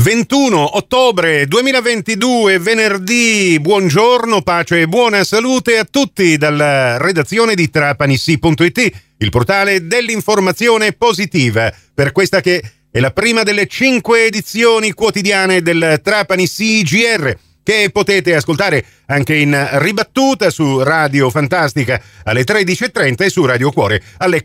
21 ottobre 2022, venerdì. Buongiorno, pace e buona salute a tutti dalla redazione di Trapanissi.it, il portale dell'informazione positiva, per questa che è la prima delle 5 edizioni quotidiane del Trapanissi GR, che potete ascoltare anche in ribattuta su Radio Fantastica alle 13.30 e su Radio Cuore alle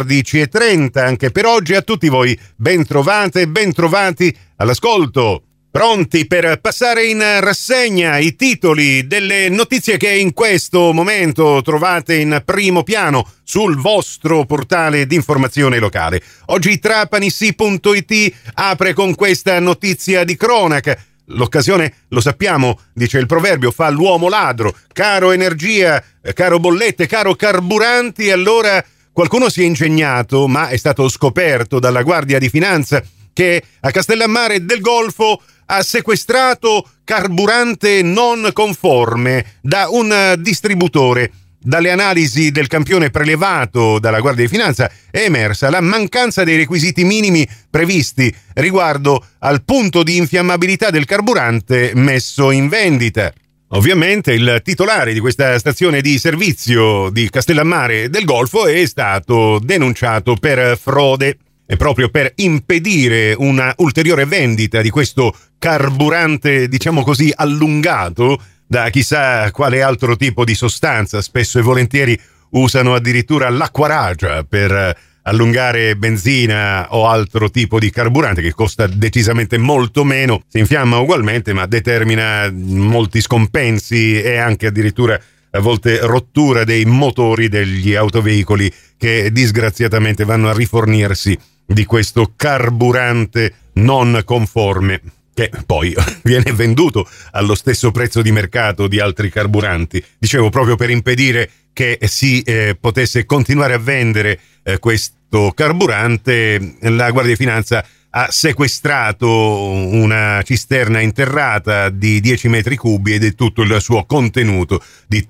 14.30. Anche per oggi a tutti voi ben trovate e ben trovati all'ascolto. Pronti per passare in rassegna i titoli delle notizie che in questo momento trovate in primo piano sul vostro portale di informazione locale. Oggi Trapanissi.it apre con questa notizia di cronaca. L'occasione, lo sappiamo, dice il proverbio, fa l'uomo ladro. Caro energia, caro bollette, caro carburanti, allora qualcuno si è ingegnato, ma è stato scoperto dalla Guardia di Finanza, che a Castellammare del Golfo ha sequestrato carburante non conforme da un distributore. Dalle analisi del campione prelevato dalla Guardia di Finanza è emersa la mancanza dei requisiti minimi previsti riguardo al punto di infiammabilità del carburante messo in vendita. Ovviamente il titolare di questa stazione di servizio di Castellammare del Golfo è stato denunciato per frode. E proprio per impedire una ulteriore vendita di questo carburante, diciamo così, allungato da chissà quale altro tipo di sostanza, spesso e volentieri usano addirittura l'acquaragia per allungare benzina o altro tipo di carburante che costa decisamente molto meno, si infiamma ugualmente ma determina molti scompensi e anche addirittura a volte rottura dei motori degli autoveicoli che disgraziatamente vanno a rifornirsi di questo carburante non conforme, che poi viene venduto allo stesso prezzo di mercato di altri carburanti. Dicevo, proprio per impedire che si potesse continuare a vendere questo carburante, la Guardia di Finanza ha sequestrato una cisterna interrata di 10 metri cubi e di tutto il suo contenuto di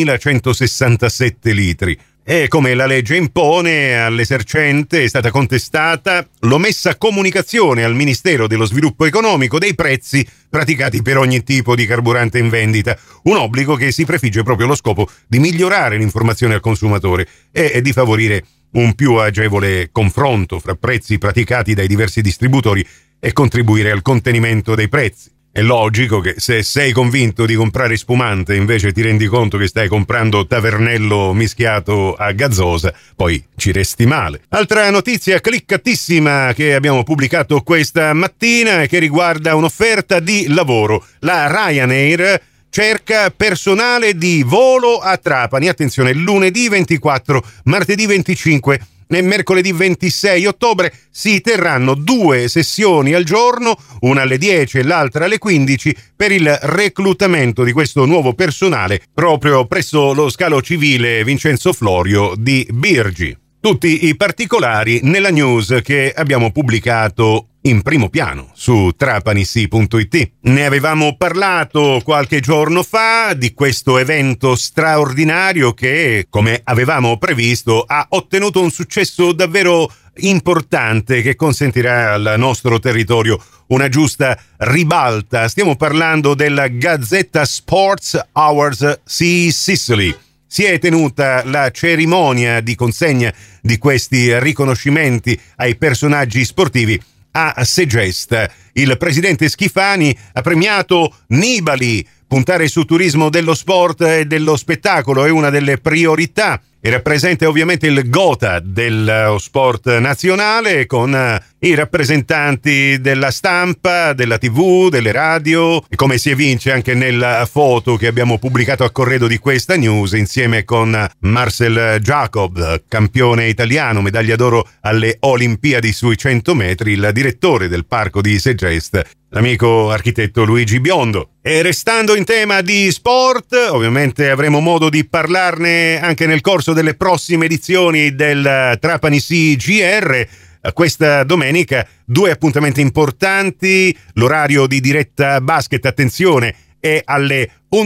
3.167 litri. E come la legge impone, all'esercente è stata contestata l'omessa comunicazione al Ministero dello Sviluppo Economico dei prezzi praticati per ogni tipo di carburante in vendita, un obbligo che si prefigge proprio lo scopo di migliorare l'informazione al consumatore e di favorire un più agevole confronto fra prezzi praticati dai diversi distributori e contribuire al contenimento dei prezzi. È logico che se sei convinto di comprare spumante invece ti rendi conto che stai comprando tavernello mischiato a gazzosa, poi ci resti male. Altra notizia cliccatissima che abbiamo pubblicato questa mattina e che riguarda un'offerta di lavoro. La Ryanair cerca personale di volo a Trapani. Attenzione, lunedì 24, martedì 25 e mercoledì 26 ottobre si terranno 2 sessioni al giorno, una alle 10 e l'altra alle 15, per il reclutamento di questo nuovo personale proprio presso lo scalo civile Vincenzo Florio di Birgi. Tutti i particolari nella news che abbiamo pubblicato in primo piano su Trapanissi.it. Ne avevamo parlato qualche giorno fa di questo evento straordinario che, come avevamo previsto, ha ottenuto un successo davvero importante che consentirà al nostro territorio una giusta ribalta. Stiamo parlando della Gazzetta Sports Awards Sea Sicily. Si è tenuta la cerimonia di consegna di questi riconoscimenti ai personaggi sportivi a Segesta. Il presidente Schifani ha premiato Nibali. Puntare su turismo dello sport e dello spettacolo è una delle priorità. Era presente ovviamente il Gotha dello sport nazionale con i rappresentanti della stampa, della TV, delle radio, e come si evince anche nella foto che abbiamo pubblicato a corredo di questa news insieme con Marcel Jacob, campione italiano, medaglia d'oro alle Olimpiadi sui 100 metri, il direttore del parco di Segesta, l'amico architetto Luigi Biondo. E restando in tema di sport, ovviamente avremo modo di parlarne anche nel corso delle prossime edizioni del Trapanissi GR. Questa domenica 2 appuntamenti importanti, l'orario di diretta basket, attenzione, è alle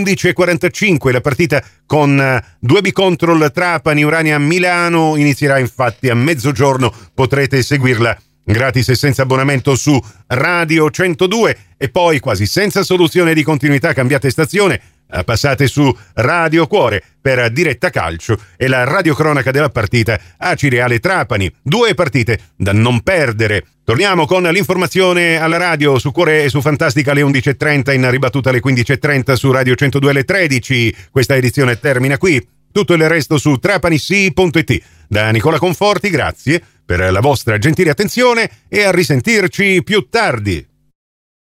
11.45, la partita con 2B Control Trapani Urania Milano inizierà infatti a mezzogiorno, potrete seguirla gratis e senza abbonamento su Radio 102, e poi quasi senza soluzione di continuità cambiate stazione, passate su Radio Cuore per Diretta Calcio e la radiocronaca della partita Acireale Trapani. 2 partite da non perdere. Torniamo con l'informazione alla radio su Cuore e su Fantastica alle 11.30, in ribattuta alle 15.30 su Radio 102 alle 13. Questa edizione termina qui. Tutto il resto su trapanissi.it. Da Nicola Conforti, grazie per la vostra gentile attenzione e a risentirci più tardi.